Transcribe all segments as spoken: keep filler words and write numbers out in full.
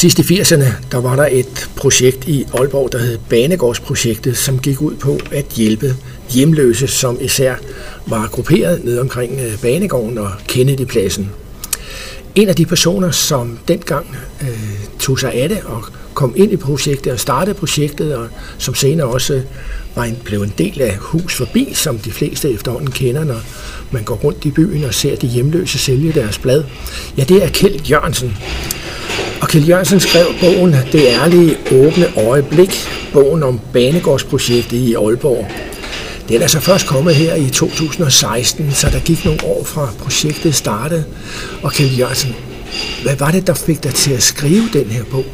Sidst i firserne, der var der et projekt i Aalborg, der hed Banegårdsprojektet, som gik ud på at hjælpe hjemløse, som især var grupperet ned omkring Banegården og Kennedypladsen. En af de personer, som dengang øh, tog sig af det og kom ind i projektet og startede projektet, og som senere også var en, blev en del af Hus Forbi, som de fleste efterhånden kender, når man går rundt i byen og ser de hjemløse sælge deres blad. Ja, det er Kjeld Jørgensen. Og Kjeld Jørgensen skrev bogen Det ærlige åbne øjeblik, bogen om Banegårdsprojektet i Aalborg. Det er altså først kommet her i to tusind og seksten, så der gik nogle år fra projektet startede. Og Kjeld Jørgensen, hvad var det, der fik dig til at skrive den her bog?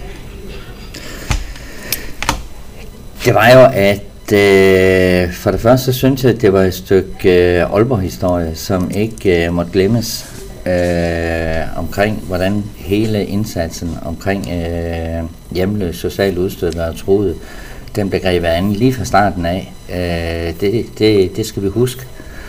Det var jo, at øh, for det første så synes jeg, at det var et stykke øh, Aalborg-historie, som ikke øh, måtte glemmes. Øh, omkring hvordan hele indsatsen omkring øh, hjemløs, socialt udstødte og troede, den blev grebet an lige fra starten af. Øh, det, det, det skal vi huske.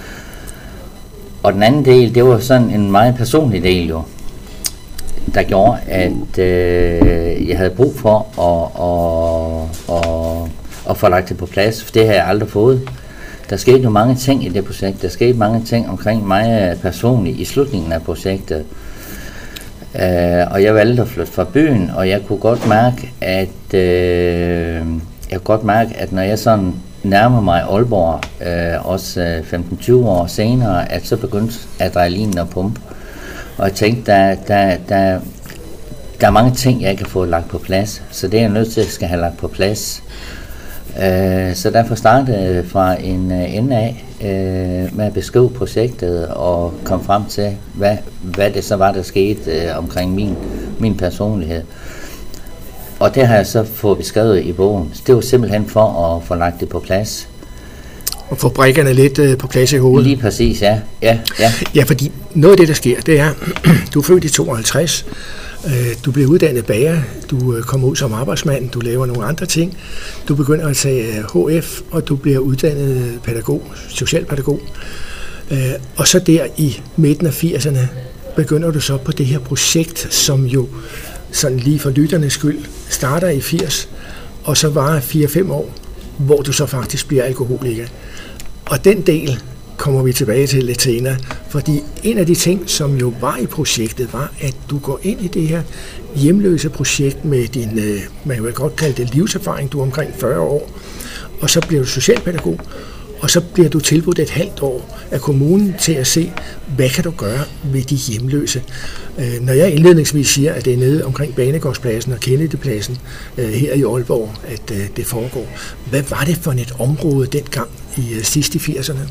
Og den anden del, det var sådan en meget personlig del jo, der gjorde, at øh, jeg havde brug for at, at, at, at få lagt det på plads, for det har jeg aldrig fået. Der skete jo mange ting i det projekt. Der skete mange ting omkring mig personligt i slutningen af projektet. Uh, og jeg valgte at flytte fra byen, og jeg kunne godt mærke, at uh, jeg kunne godt mærke, at når jeg sådan nærmer mig Aalborg, uh, også femten tyve år senere, at så begyndte adrenalinen at pumpe. Og jeg tænkte, der, der, der, der er mange ting, jeg ikke har fået lagt på plads, så det er jeg nødt til at skal have lagt på plads. Uh, så derfor startede jeg fra en uh, ende af uh, med at beskrive projektet og komme frem til, hvad, hvad det så var, der skete uh, omkring min, min personlighed. Og det har jeg så fået beskrevet i bogen. Det var simpelthen for at få lagt det på plads. Og få brikkerne lidt uh, på plads i hovedet. Lige præcis, ja. Ja, ja. Ja, fordi noget af det, der sker, det er, du er født i tooghalvtreds, du bliver uddannet bager, du kommer ud som arbejdsmand, du laver nogle andre ting, du begynder at tage H F, og du bliver uddannet pædagog, socialpædagog. Og så der i midten af firserne begynder du så på det her projekt, som jo sådan lige for lytternes skyld starter i firs, og så varer fire fem år, hvor du så faktisk bliver alkoholiker. Og den del kommer vi tilbage til lidt senere, fordi en af de ting, som jo var i projektet, var, at du går ind i det her hjemløse projekt med din, man vil godt kalde det livserfaring, du er omkring fyrre år, og så bliver du socialpædagog, og så bliver du tilbudt et halvt år af kommunen til at se, hvad kan du gøre ved de hjemløse. Når jeg indledningsvis siger, at det er nede omkring Banegårdspladsen og Kennedypladsen her i Aalborg, at det foregår, hvad var det for et område dengang i sidst i firserne?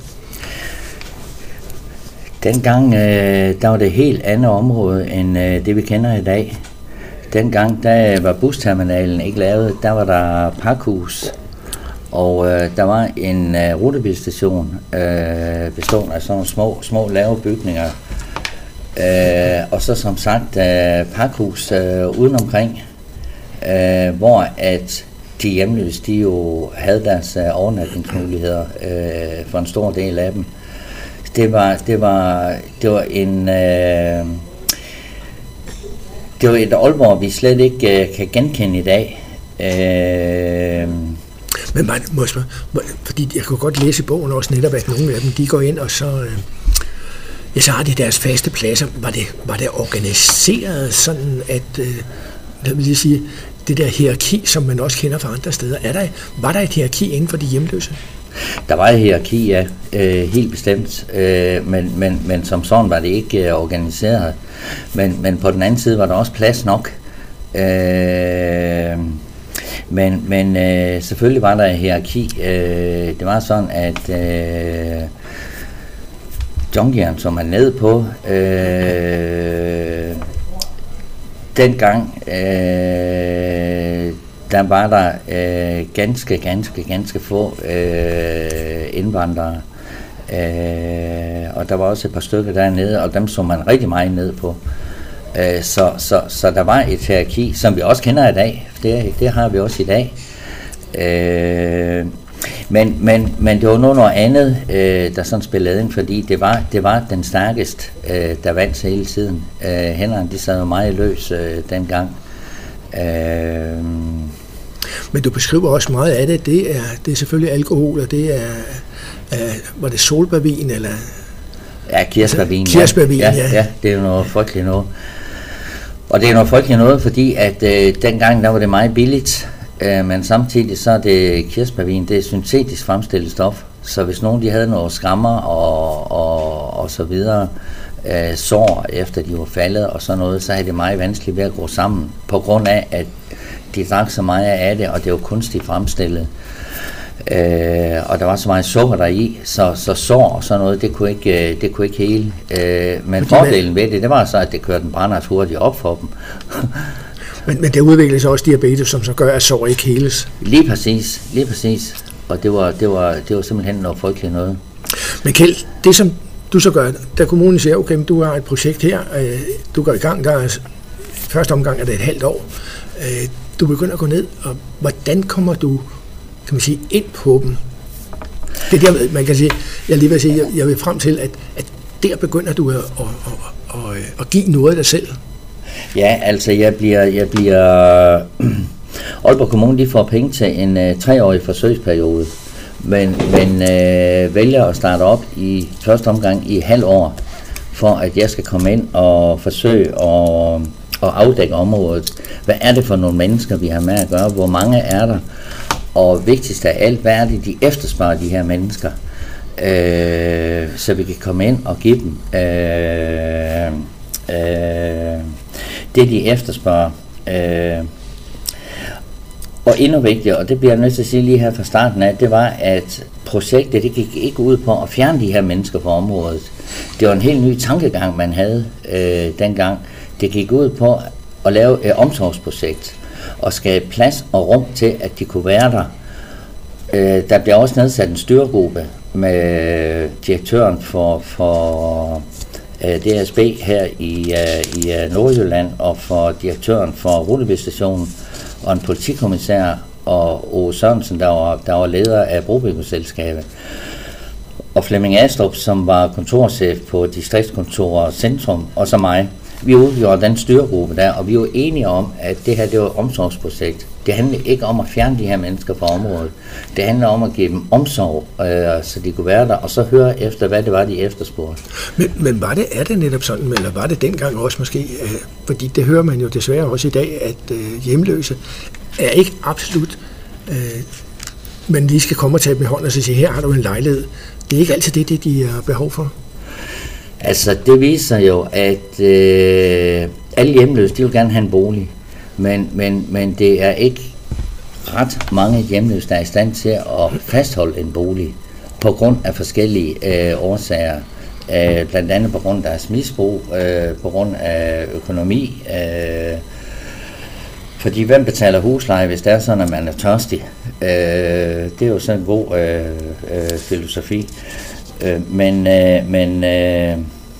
Dengang øh, der var det et helt andet område end øh, det vi kender i dag. Dengang der var busterminalen ikke lavet, der var der pakhus, og øh, der var en øh, rutebilstation øh, bestående af sådan nogle små, små lave bygninger. Øh, og så som sagt øh, pakhus øh, udenomkring, øh, hvor at de hjemløse, de jo havde deres øh, overnatningsmuligheder øh, for en stor del af dem. Det var, det var, det var en, øh, det var et Aalborg, vi slet ikke øh, kan genkende i dag. Øh, Men man, må jeg spørge, fordi jeg kunne godt læse i bogen også netop, at nogle af dem, de går ind, og så, øh, ja, så har de deres faste pladser. Var det, var det organiseret sådan, at, øh, jeg vil lige sige, det der hierarki, som man også kender fra andre steder, er der, var der et hierarki inden for de hjemløse? Der var et hierarki, ja, øh, helt bestemt, øh, men, men, men som sådan var det ikke øh, organiseret. Men, men på den anden side var der også plads nok. Øh, men men øh, selvfølgelig var der et hierarki. Øh, det var sådan, at øh, junkieren, som er nede på, øh, dengang, øh, der var der øh, ganske, ganske, ganske få øh, indvandrere. Øh, og der var også et par stykker dernede, og dem så man rigtig meget ned på. Øh, så, så, så der var et hierarki, som vi også kender i dag. Det, det har vi også i dag. Øh, men, men, men det var noget, noget andet, øh, der sådan spillede ind, fordi det var, det var den stærkeste, øh, der vandt hele tiden. Øh, hænderne, de sad jo meget løs øh, dengang. Øh, Men du beskriver også meget af det. Det er, det er selvfølgelig alkohol, og det er, er var det solbærvin, eller... Ja, kirsebærvin. Altså, kirsebærvin, ja. Ja, ja, det er jo noget frygteligt noget. Og det er noget frygteligt noget, fordi at øh, dengang der var det meget billigt, øh, men samtidig så er det kirsebærvin, det er syntetisk fremstillet stof. Så hvis nogen de havde noget skrammer og, og, og så videre, øh, sår efter de var faldet og sådan noget, så er det meget vanskeligt ved at gå sammen, på grund af, at de drak så meget af det, og det var kunstigt fremstillet. Øh, og der var så meget sukker der i, så, så sår og sådan noget, det kunne ikke, det kunne ikke hele. Øh, men fordi fordelen ved det, det var så, at det kørte den brændert hurtigt op for dem. men, men det udviklede sig også diabetes, som så gør, at sår ikke heles. Lige præcis, lige præcis. Og det var, det var, det var simpelthen noget frygteligt noget. Men Kjeld, det som du så gør, da kommunen siger, okay, du har et projekt her, øh, du går i gang, der er første omgang er det et halvt år, øh, du begynder at gå ned, og hvordan kommer du, kan man sige, ind på dem? Det er der, man kan sige, jeg lige vil sige, jeg, jeg vil frem til, at, at der begynder du at, at, at, at, at give noget af dig selv. Ja, altså jeg bliver, jeg bliver, Aalborg Kommune, de får penge til en uh, treårig forsøgsperiode, men, men uh, vælger at starte op i første omgang i halv år, for at jeg skal komme ind og forsøge at, at afdække området. Hvad er det for nogle mennesker, vi har med at gøre? Hvor mange er der? Og vigtigst af alt, hvad er det, de efterspørger, de her mennesker? Øh, så vi kan komme ind og give dem øh, øh, det, de efterspørger. Øh, og endnu vigtigere, og det bliver jeg nødt til at sige lige her fra starten af, det var, at projektet det gik ikke ud på at fjerne de her mennesker fra området. Det var en helt ny tankegang, man havde øh, dengang. Det gik ud på at lave et omsorgsprojekt og skabe plads og rum til, at de kunne være der. Øh, der bliver også nedsat en styregruppe med direktøren for, for øh, D S B her i, øh, i øh, Nordjylland, og for direktøren for Rutebilstationen, og en politikommissær, og Ove Sørensen, der var, der var leder af Brobygningsselskabet, og Flemming Astrup, som var kontorchef på distriktskontoret Centrum, og så mig. Vi udgjorde den styregruppe der, og vi var enige om, at det her det var et omsorgsprojekt. Det handler ikke om at fjerne de her mennesker fra området. Det handler om at give dem omsorg, øh, så de kunne være der, og så høre efter, hvad det var, de efterspurgte. Men, men var det, er det netop sådan, eller var det dengang også måske, øh, fordi det hører man jo desværre også i dag, at øh, hjemløse er ikke absolut, øh, men lige skal komme og tage dem i hånden og sige, her har du en lejlighed. Det er ikke altid det, det de har behov for. Altså, det viser jo, at øh, alle hjemløse, de vil gerne have en bolig, men, men, men det er ikke ret mange hjemløse, der er i stand til at fastholde en bolig, på grund af forskellige øh, årsager. Øh, blandt andet på grund af deres misbrug, øh, på grund af økonomi. Øh, fordi hvem betaler husleje, hvis det er sådan, at man er tørstig? Øh, det er jo sådan en god øh, øh, filosofi. Øh, men øh, men øh...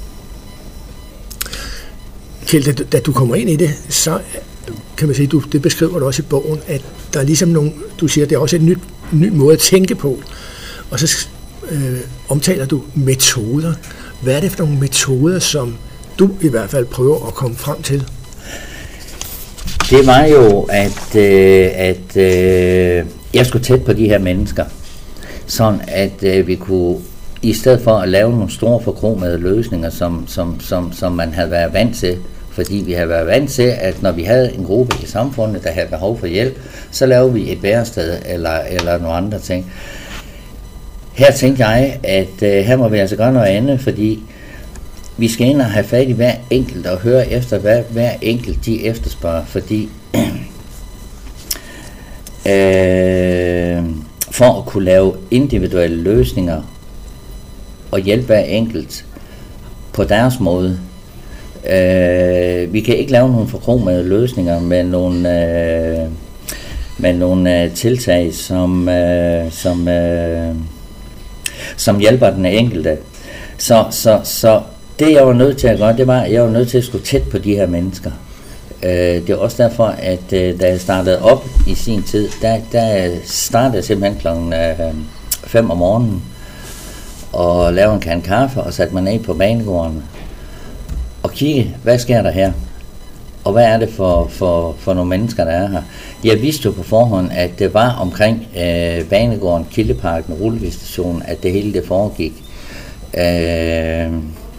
Kjeld, da, da du kommer ind i det, så kan man sige, du, det beskriver du også i bogen, at der er ligesom nogle, du siger, det er også en ny, ny måde at tænke på, og så øh, omtaler du metoder. Hvad er det for nogle metoder, som du i hvert fald prøver at komme frem til? Det var jo, at, øh, at øh, jeg skulle tæt på de her mennesker, sådan at øh, vi kunne, i stedet for at lave nogle store forkromede løsninger, som, som, som, som man havde været vant til, fordi vi havde været vant til, at når vi havde en gruppe i samfundet, der havde behov for hjælp, så lavede vi et værested eller, eller nogle andre ting. Her tænkte jeg, at øh, her må vi altså gøre noget andet, fordi vi skal ind og have fat i hver enkelt og høre efter, hvad hver enkelt de efterspørger, fordi øh, for at kunne lave individuelle løsninger og hjælpe hver enkelt på deres måde. Øh, vi kan ikke lave nogle forkromede løsninger med nogle, øh, med nogle øh, tiltag, som, øh, som, øh, som hjælper den enkelte. Så, så, så det jeg var nødt til at gøre, det var, at jeg var nødt til at skulle tæt på de her mennesker. Øh, det er også derfor, at øh, da jeg startede op i sin tid, der, der startede jeg simpelthen klokken fem om morgenen, og lavede en kan kaffe og satte mig ned på banegården og kigge, hvad sker der her? Og hvad er det for, for, for nogle mennesker, der er her? Jeg vidste jo på forhånd, at det var omkring øh, Banegården, Kildeparken og Rullevig-stationen, at det hele det foregik. Øh,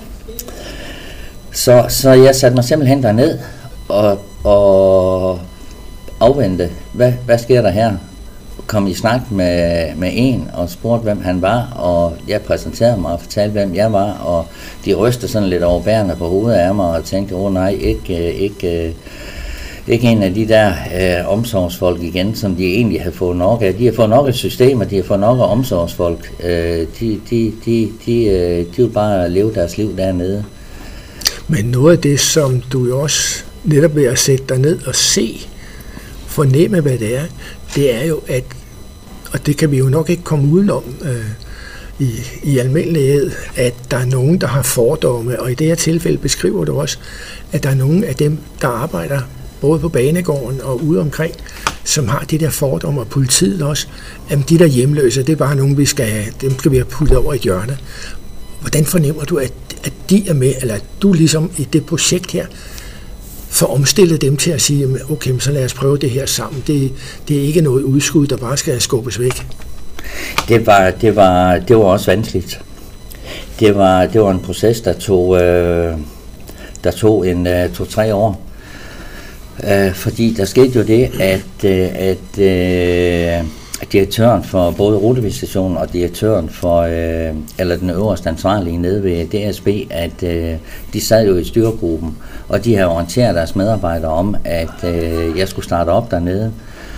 så, så jeg satte mig simpelthen derned og, og afvente, hvad, hvad sker der her? Kom i snak med, med en og spurgte, hvem han var, og jeg præsenterede mig og fortalte, hvem jeg var, og de rystede sådan lidt overbærende på hovedet af mig og tænkte, åh oh, nej, ikke, ikke, ikke en af de der øh, omsorgsfolk igen, som de egentlig har fået nok af. De har fået nok af systemer, de har fået nok af omsorgsfolk. Øh, de, de, de, de, øh, de vil bare leve deres liv dernede. Men noget af det, som du jo også netop ved at sætte dig ned og se, fornemme, hvad det er, det er jo, at, og det kan vi jo nok ikke komme udenom øh, i, i almindelighed, at der er nogen, der har fordomme, og i det her tilfælde beskriver du også, at der er nogen af dem, der arbejder både på Banegården og ude omkring, som har de der fordomme, og politiet også, at de der hjemløse, det er bare nogen, vi skal have, dem skal vi have puttet over i hjørnet. Hvordan fornemmer du, at, at de er med, eller at du ligesom i det projekt her, for omstillet dem til at sige, okay, så lad os prøve det her sammen. Det, det er ikke noget udskud, der bare skal skubbes væk. Det var, det var, det var også vanskeligt. Det var, det var en proces, der tog, øh, der tog en øh, to-tre år. Øh, fordi der skete jo det, at, øh, at øh, direktøren for både Rullevig-stationen og direktøren for, øh, eller den øverste ansvarlige nede ved D S B, at øh, de sad jo i styregruppen, og de havde orienteret deres medarbejdere om, at øh, jeg skulle starte op dernede.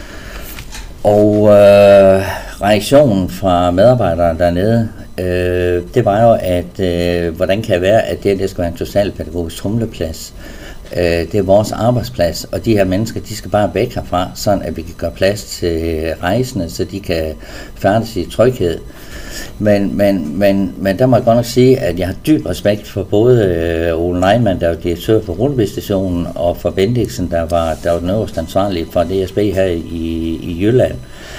Og øh, reaktionen fra medarbejdere dernede, øh, det var jo, at øh, hvordan kan det være, at det, det skal være en socialpædagogisk tumleplads. Øh, det er vores arbejdsplads, og de her mennesker, de skal bare væk herfra, sådan at vi kan gøre plads til rejsende, så de kan færdes i tryghed. Men, men, men, men der må jeg godt nok sige, at jeg har dyb respekt for både øh, Ole Neumann, der var direktør for Rullevig-stationen, og for Bendiksen, der var, der var den øverste ansvarlige for D S B her i, i Jylland,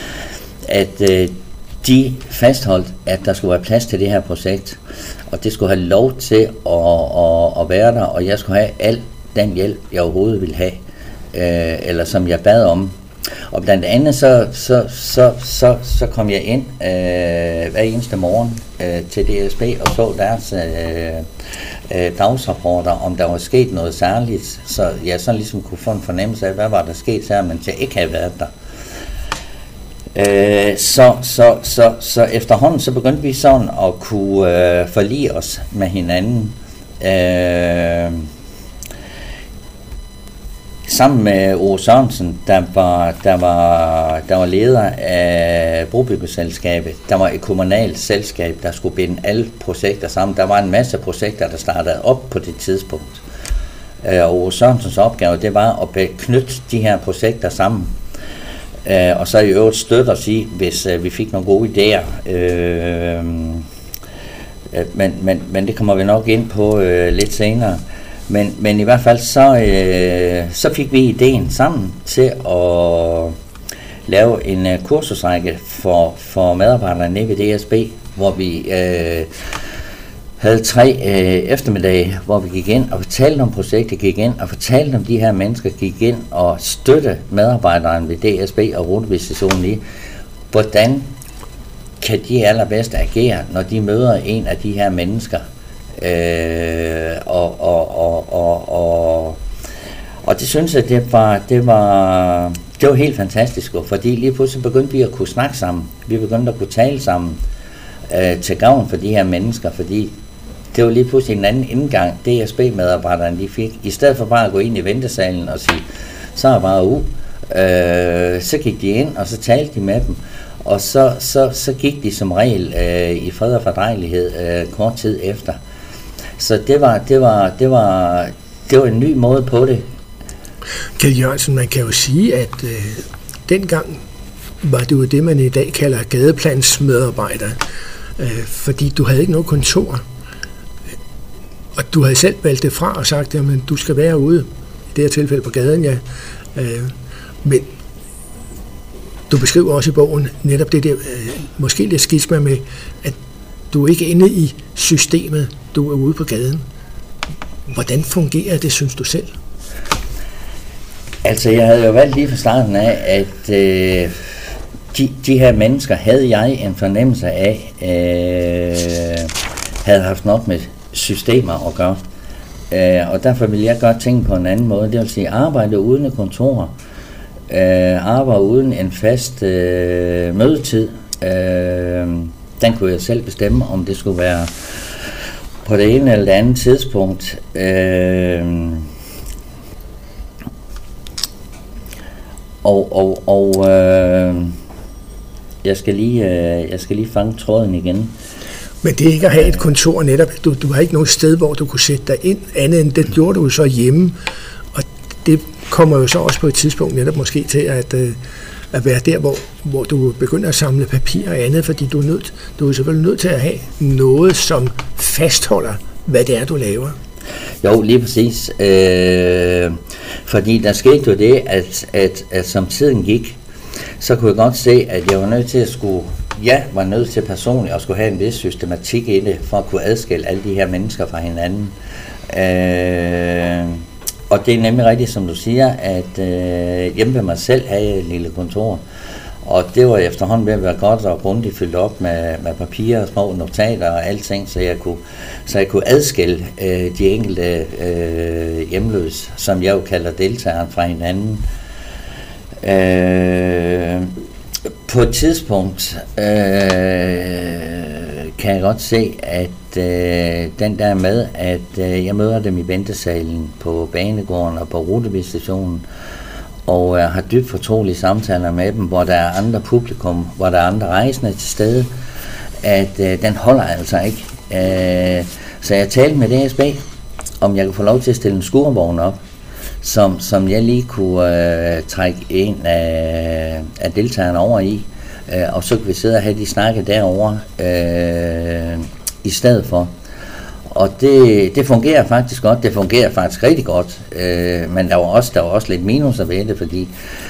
at øh, de fastholdt, at der skulle være plads til det her projekt, og det skulle have lov til at, at, at være der, og jeg skulle have al den hjælp, jeg overhovedet ville have, øh, eller som jeg bad om. Og blandt andet så, så, så, så, så kom jeg ind øh, hver eneste morgen øh, til D S B og så deres øh, øh, dagsrapporter, om der var sket noget særligt, så jeg så ligesom kunne få en fornemmelse af, hvad var der sket her, mens jeg ikke havde været der. Øh, så, så, så, så efterhånden så begyndte vi sådan at kunne øh, forlige os med hinanden. Øh, Sammen med Ove Sørensen, der var, der, var, der var leder af Brobyggerselskabet, der var et kommunalt selskab, der skulle binde alle projekter sammen. Der var en masse projekter, der startede op på det tidspunkt. Og Ove Sørensens opgave, det var at knytte de her projekter sammen. Og så i øvrigt støtte os i, hvis vi fik nogle gode idéer. Men, men, men det kommer vi nok ind på lidt senere. Men, men i hvert fald så, øh, så fik vi ideen sammen til at lave en uh, kursusrække for, for medarbejdere nede ved D S B, hvor vi øh, havde tre øh, eftermiddage, hvor vi gik ind og fortalte om projektet, gik ind og fortalte om de her mennesker, gik ind og støtte medarbejderen ved D S B og Rullevig-stationen i, hvordan kan de allerbedst agere, når de møder en af de her mennesker. Øh, og, og, og, og, og, og det synes jeg, det var, det var, det var helt fantastisk, fordi lige pludselig begyndte vi at kunne snakke sammen, vi begyndte at kunne tale sammen øh, til gavn for de her mennesker, fordi det var lige pludselig en anden indgang, D S B-medarbejderne de fik, i stedet for bare at gå ind i ventesalen og sige, så er bare u, øh, så gik de ind, og så talte de med dem, og så, så, så gik de som regel øh, i fred og fordrejelighed øh, kort tid efter. Så det var, det var, det var, det var en ny måde på det. Kjeld Jørgensen, man kan jo sige, at øh, dengang var det jo det, man i dag kalder gadeplansmedarbejder, øh, fordi du havde ikke noget kontor, og du havde selv valgt det fra og sagt, at du skal være ude, i det her tilfælde på gaden, ja. Øh, men du beskriver også i bogen netop det der, øh, måske lidt skisma med, at du er ikke inde i systemet, du er ude på gaden. Hvordan fungerer det, synes du selv? Altså, jeg havde jo valgt lige fra starten af, at øh, de, de her mennesker havde jeg en fornemmelse af, øh, havde haft nok med systemer at gøre. Øh, og derfor vil jeg godt tænke på en anden måde. Det vil sige, arbejde uden et kontor, øh, arbejde uden en fast øh, mødetid. Øh, den kunne jeg selv bestemme, om det skulle være på det ene eller det andet tidspunkt. Øh, og og, og øh, jeg, skal lige, øh, jeg skal lige fange tråden igen. Men det er ikke at have et kontor netop. Du, du har ikke noget sted, hvor du kunne sætte dig ind, andet end det gjorde du så hjemme. Og det kommer jo så også på et tidspunkt netop måske til at, øh, at være der, hvor, hvor du begynder at samle papir og andet, fordi du er, nødt, du er selvfølgelig nødt til at have noget, som fastholder, hvad det er, du laver. Jo, lige præcis. Øh, fordi der skete jo det, at, at, at som tiden gik, så kunne jeg godt se, at jeg var nødt til at skulle, ja, var nødt til personligt at skulle have en vis systematik i det, for at kunne adskille alle de her mennesker fra hinanden. Øh, og det er nemlig rigtigt, som du siger, at øh, hjemme ved mig selv havde jeg et lille kontor, og det var efterhånden ved at være godt og grundigt fyldt op med, med papirer og små notater og alting, så jeg kunne, så jeg kunne adskille øh, de enkelte øh, hjemløse, som jeg jo kalder deltageren, fra hinanden. Øh, på et tidspunkt øh, kan jeg godt se, at øh, den der med, at øh, jeg møder dem i ventesalen på banegården og på Rudeby-stationen, og øh, har dybt fortrolige samtaler med dem, hvor der er andre publikum, hvor der er andre rejsende til stede, at øh, den holder altså ikke. Øh, så jeg talte med D S B, om jeg kunne få lov til at stille en skurvogn op, som, som jeg lige kunne øh, trække en af, af deltagerne over i, øh, og så kunne vi sidde og have de snakke derovre øh, i stedet for. Og det, det fungerer faktisk godt, det fungerer faktisk rigtig godt, øh, men der var, også, der var også lidt minuser ved det, fordi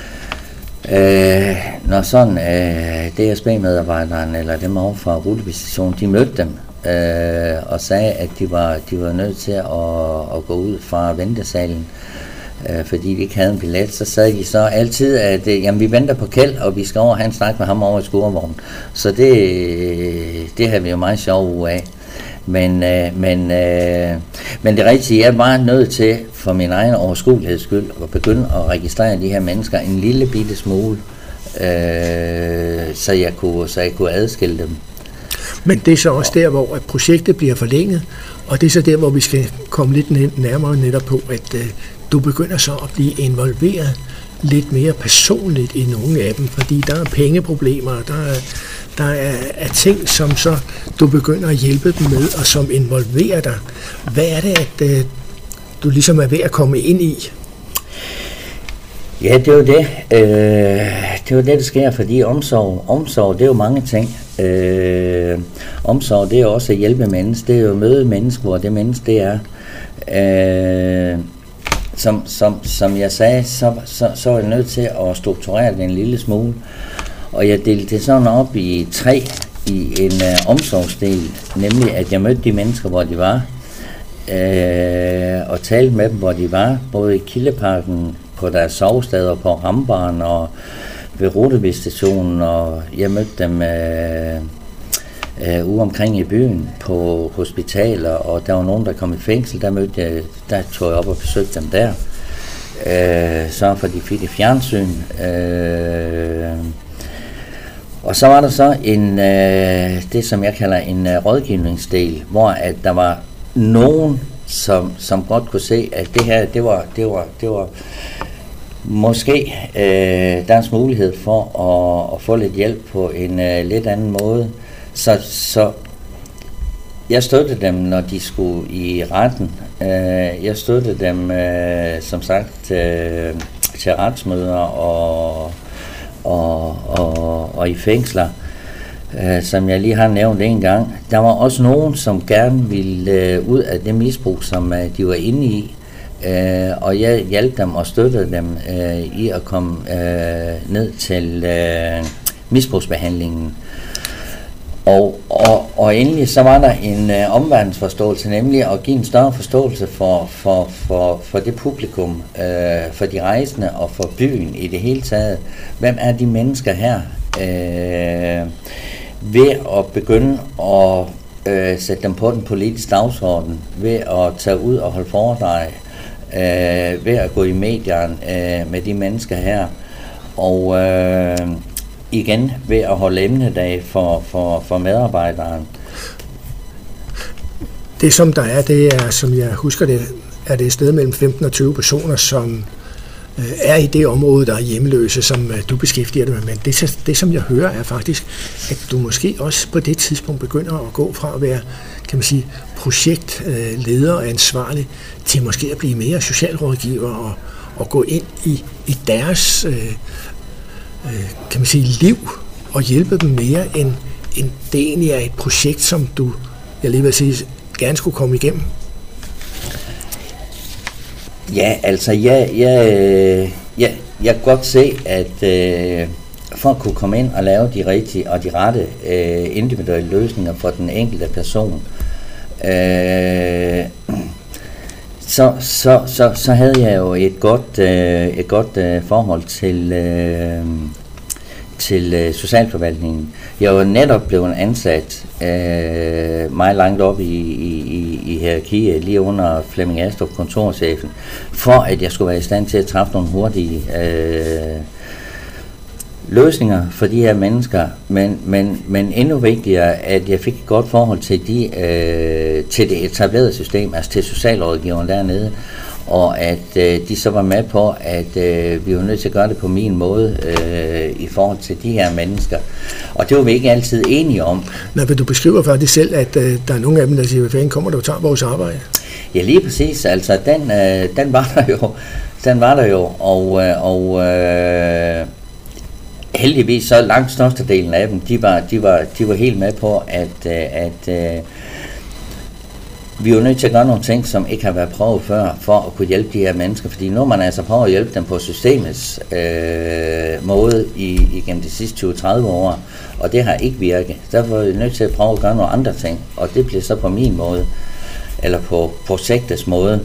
øh, når sådan øh, D S B-medarbejderen eller dem over fra Rudeby-stationen, de mødte dem øh, og sagde, at de var, de var nødt til at, at gå ud fra ventesalen, øh, fordi de ikke havde en billet, så sagde de så altid, at øh, jamen, vi venter på Kjeld, og vi skal over og have en snak med ham over i skurvognen. Så det, det har vi jo meget sjov ud af. Men, øh, men, øh, men det rigtige, jeg var nødt til for min egen overskueligheds skyld at begynde at registrere de her mennesker en lille bitte smule, øh, så, jeg kunne, så jeg kunne adskille dem. Men det er så også der, hvor projektet bliver forlænget, og det er så der, hvor vi skal komme lidt nærmere netop på, at øh, du begynder så at blive involveret lidt mere personligt i nogle af dem, fordi der er pengeproblemer, der er, der er, er ting, som så du begynder at hjælpe dem med, og som involverer dig. Hvad er det, at øh, du ligesom er ved at komme ind i? Ja, det er jo det. Øh, det er jo det, der sker, fordi omsorg, omsorg det er jo mange ting. Øh, omsorg, det er jo også at hjælpe mennesker, det er jo at møde mennesker, hvor det menneske det er. Øh, Som, som, som jeg sagde, så, så, så er jeg nødt til at strukturere det en lille smule. Og jeg delte det sådan op i tre i en uh, omsorgsdel, nemlig at jeg mødte de mennesker, hvor de var, øh, og talte med dem, hvor de var, både i Kildeparken, på deres sovesteder, på Rambaren og ved Rudeby-stationen, og jeg mødte dem øh, øh, ude omkring i byen på hospitaler, og der var nogen, der kom i fængsel, der mødte jeg, der tog jeg op og besøgte dem der. Øh, så for de fik et fjernsyn. Øh, og så var der så en, øh, det som jeg kalder en øh, rådgivningsdel, hvor at der var nogen, som, som godt kunne se, at det her, det var, det var, det var måske øh, deres mulighed for at, at få lidt hjælp på en øh, lidt anden måde. Så, så jeg støttede dem, når de skulle i retten. Øh, jeg støttede dem, øh, som sagt, øh, til retsmøder og, og, og, og i fængsler, øh, som jeg lige har nævnt en gang. Der var også nogen, som gerne ville øh, ud af det misbrug, som øh, de var inde i. Øh, og jeg hjalp dem og støttede dem øh, i at komme øh, ned til øh, misbrugsbehandlingen. Og, og, og endelig så var der en øh, omverdensforståelse, nemlig at give en større forståelse for, for, for, for det publikum, øh, for de rejsende og for byen i det hele taget. Hvem er de mennesker her? Øh, ved at begynde at øh, sætte dem på den politiske dagsorden, ved at tage ud og holde foredrag, øh, ved at gå i medierne øh, med de mennesker her, og øh, igen ved at holde emnedag for, for, for medarbejderen. Det som der er, det er, som jeg husker det, er det et sted mellem femten og tyve personer, som øh, er i det område, der er hjemløse, som øh, du beskæftiger dig med. Men det, det, som jeg hører, er faktisk, at du måske også på det tidspunkt begynder at gå fra at være, kan man sige, projektleder og ansvarlig, til måske at blive mere socialrådgiver og, og gå ind i, i deres øh, kan man sige, liv og hjælpe dem mere, end, end det egentlig er et projekt, som du, jeg lige vil sige, gerne skulle komme igennem? Ja, altså, jeg, jeg, jeg, jeg kan godt se, at øh, for at kunne komme ind og lave de rigtige og de rette øh, individuelle løsninger for den enkelte person, øh, Så, så, så, så havde jeg jo et godt, øh, et godt øh, forhold til, øh, til øh, socialforvaltningen. Jeg var netop blevet ansat øh, meget langt op i, i, i hierarkiet, lige under Flemming Astrup, kontorchefen, for at jeg skulle være i stand til at træffe nogle hurtige øh, løsninger for de her mennesker, men, men, men endnu vigtigere, at jeg fik et godt forhold til, de, øh, til det etablerede system, altså til socialrådgiveren dernede, og at øh, de så var med på, at øh, vi var nødt til at gøre det på min måde øh, i forhold til de her mennesker. Og det var vi ikke altid enige om. Nå, men du beskriver faktisk selv, at øh, der er nogle af dem, der siger, hvad fanden kommer du og tager vores arbejde? Ja, lige præcis. Altså, den, øh, den var der jo, den var der jo, og, øh, og øh, heldigvis så langt størstedelen af dem, de var, de var, de var helt med på, at, at, at vi var nødt til at gøre nogle ting, som ikke har været prøvet før, for at kunne hjælpe de her mennesker. Fordi nu man altså prøver at hjælpe dem på systemets øh, måde i, igennem de sidste tyve til tredive år, og det har ikke virket. Derfor er vi nødt til at prøve at gøre nogle andre ting, og det bliver så på min måde, eller på projektets måde.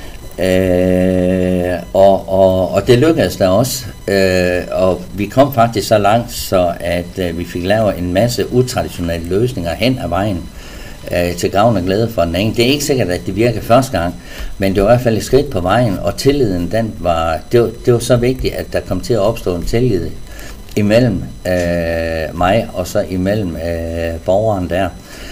Øh, og, og, og det lykkedes der også, øh, og vi kom faktisk så langt, så at øh, vi fik lavet en masse utraditionelle løsninger hen ad vejen, øh, til gavn og glæde for den ene. Det er ikke sikkert, at det virker første gang, men det var i hvert fald et skridt på vejen, og tilliden, den var, det var, det var så vigtigt, at der kom til at opstå en tillid imellem øh, mig og så imellem øh, borgeren der.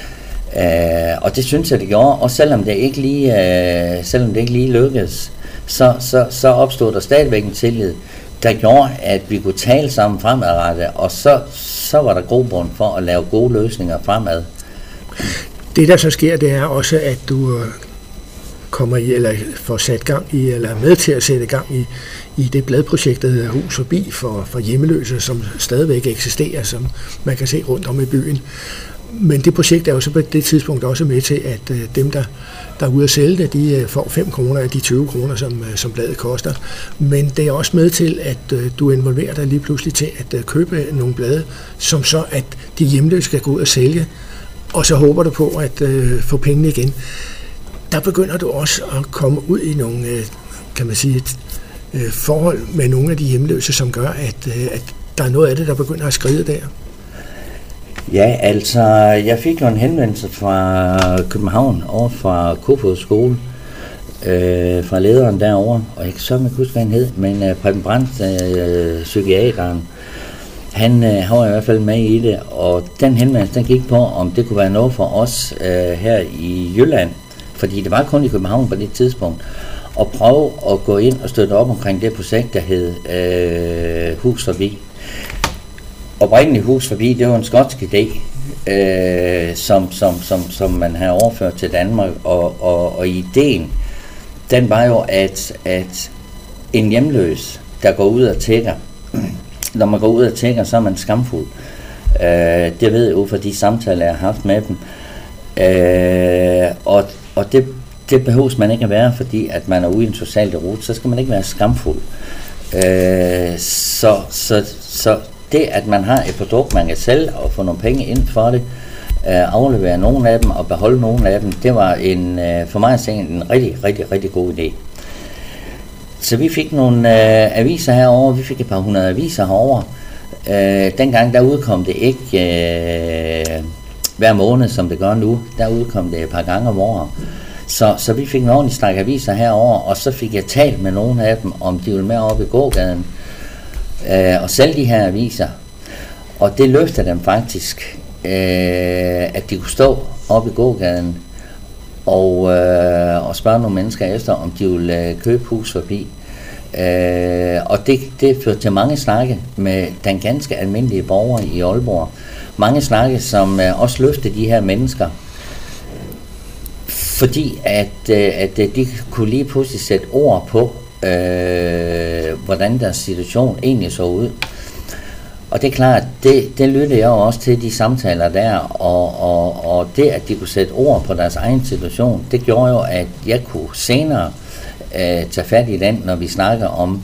Uh, og det synes jeg det gjorde, og selvom det ikke lige, uh, selvom det ikke lige lykkedes, så, så, så opstod der stadigvæk en tillid, der gjorde, at vi kunne tale sammen fremadrettet, og så, så var der grobund for at lave gode løsninger fremad. Det der så sker, det er også, at du kommer i, eller får sat gang i, eller er med til at sætte gang i, i det bladprojekt, der hedder Hus Forbi for, for hjemmeløse, som stadigvæk eksisterer, som man kan se rundt om i byen. Men det projekt er jo så på det tidspunkt også med til, at øh, dem, der, der er ude at sælge det, de øh, får fem kroner af de tyve kroner, som, øh, som bladet koster. Men det er også med til, at øh, du involverer dig lige pludselig til at øh, købe nogle blade, som så, at de hjemløse skal gå ud og sælge, og så håber du på at øh, få pengene igen. Der begynder du også at komme ud i nogle, øh, kan man sige, et, øh, forhold med nogle af de hjemløse, som gør, at, øh, at der er noget af det, der begynder at skride der. Ja, altså, jeg fik jo en henvendelse fra København, over fra Kofoeds skole, øh, fra lederen derovre, og jeg kan så ikke huske, hvad han hed, men øh, Preben Brandt, øh, psykiateren, han øh, var i hvert fald med i det, og den henvendelse, den gik på, om det kunne være noget for os øh, her i Jylland, fordi det var kun i København på det tidspunkt, at prøve at gå ind og støtte op omkring det projekt, der hed øh, Hus Forbi. Oprindeligt Hus Forbi, det var en skotsk idé, øh, som, som, som, som man har overført til Danmark, og, og, og ideen, den var jo, at, at en hjemløs, der går ud og tigger, når man går ud og tigger, så er man skamfuld. Øh, det ved jeg ud fra de samtaler, jeg har haft med dem. Øh, og og det, det behøves man ikke at være, fordi at man er ude i en social deroute, så skal man ikke være skamfuld. Øh, så, så, så det, at man har et produkt, man kan sælge og få nogle penge ind for det, øh, aflevere nogle af dem og beholde nogle af dem, det var en, øh, for mig at se en rigtig, rigtig, rigtig god idé. Så vi fik nogle øh, aviser herover, vi fik et par hundrede aviser herover. Øh, dengang der udkom det ikke øh, hver måned, som det gør nu. Der udkom det et par gange om året. Så, så vi fik en ordentlig stak aviser herover, og så fik jeg talt med nogle af dem, om de ville med op i gågaden øh, og sælge de her aviser. Og det løftede dem faktisk, øh, at de kunne stå op i gågaden og, øh, og spørge nogle mennesker efter, om de ville øh, købe hus forbi. Øh, og det, det førte til mange snakke med den ganske almindelige borger i Aalborg. Mange snakke, som øh, også løftede de her mennesker, fordi at, øh, at de kunne lige pludselig sætte ord på, øh, hvordan deres situation egentlig så ud. Og det er klart, det, det lyttede jeg også til, de samtaler der, og, og, og det, at de kunne sætte ord på deres egen situation, det gjorde jo, at jeg kunne senere øh, tage fat i den, når vi snakker om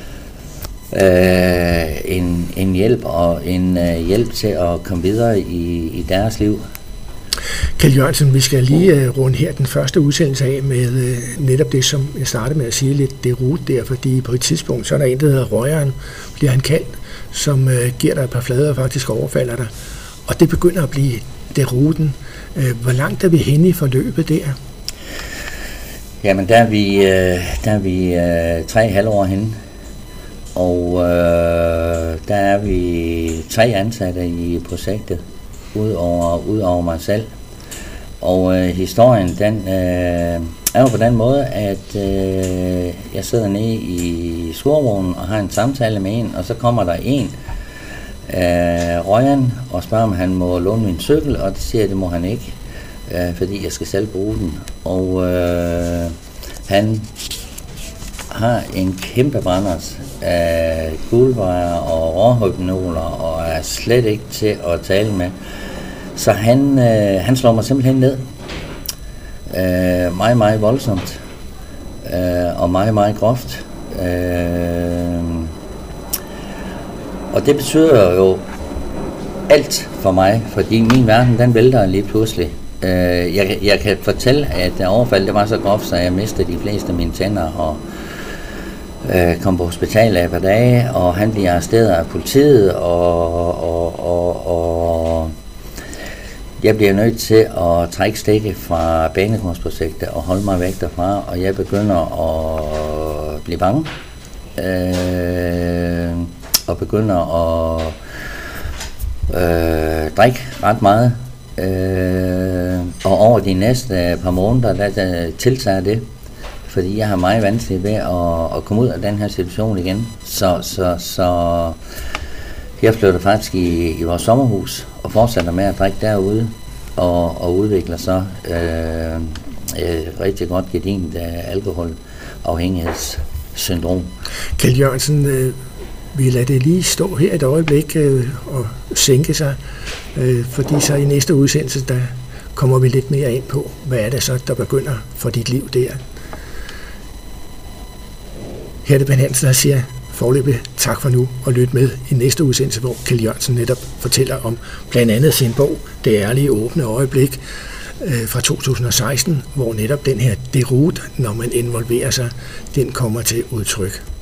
øh, en, en hjælp og en øh, hjælp til at komme videre i, i deres liv. Kjeld Jørgensen, vi skal lige uh, runde her den første udsendelse af med uh, netop det, som jeg startede med at sige lidt, det rute der, fordi på et tidspunkt, så er der en, der hedder Røgeren, bliver han kaldt, som uh, giver dig et par flader og faktisk overfalder dig. Og det begynder at blive det ruten. Uh, hvor langt er vi henne i forløbet der? Jamen, der er vi, uh, der er vi uh, tre halvår henne, og uh, der er vi tre ansatte i projektet, ud over, ud over mig selv. Og øh, historien, den øh, er jo på den måde, at øh, jeg sidder nede i skurvognen og har en samtale med en, og så kommer der en, øh, Røgeren, og spørger, om han må låne min cykel, og det siger jeg, det må han ikke, øh, fordi jeg skal selv bruge den. Og øh, han har en kæmpe brænders af guldvejer og råhypnoler, og er slet ikke til at tale med. Så han, øh, han slår mig simpelthen ned. Øh, meget, meget voldsomt. Øh, og meget, meget groft. Øh, og det betyder jo alt for mig, fordi min verden, den vælter lige pludselig. Øh, jeg, jeg kan fortælle, at overfaldet, det var så groft, så jeg mistede de fleste af mine tænder, og øh, kom på hospitalet af et par dage, og han bliver arresteret af politiet, og, og, og, og jeg bliver nødt til at trække stikket fra banekunstprojektet og holde mig væk derfra, og jeg begynder at blive bange, øh, og begynder at øh, drikke ret meget, øh, og over de næste par måneder, der, der tiltager det, fordi jeg har meget vanskeligt ved at, at komme ud af den her situation igen, så, så, så jeg flytter faktisk i, i vores sommerhus og fortsætter med at drikke derude og, og udvikler så øh, et rigtig godt gedint øh, alkoholafhængighedssyndrom. Kjeld Jørgensen, øh, vi lader det lige stå her et øjeblik øh, og sænke sig, øh, fordi så i næste udsendelse, der kommer vi lidt mere ind på, hvad er det så, der begynder for dit liv der. Her er det Ben Hansen, der siger foreløbig tak for nu, og lyt med i næste udsendelse, hvor Kjeld Jørgensen netop fortæller om blandt andet sin bog, Det ærlige åbne øjeblik, øh, fra to tusind og seksten, hvor netop den her deroute, når man involverer sig, den kommer til udtryk.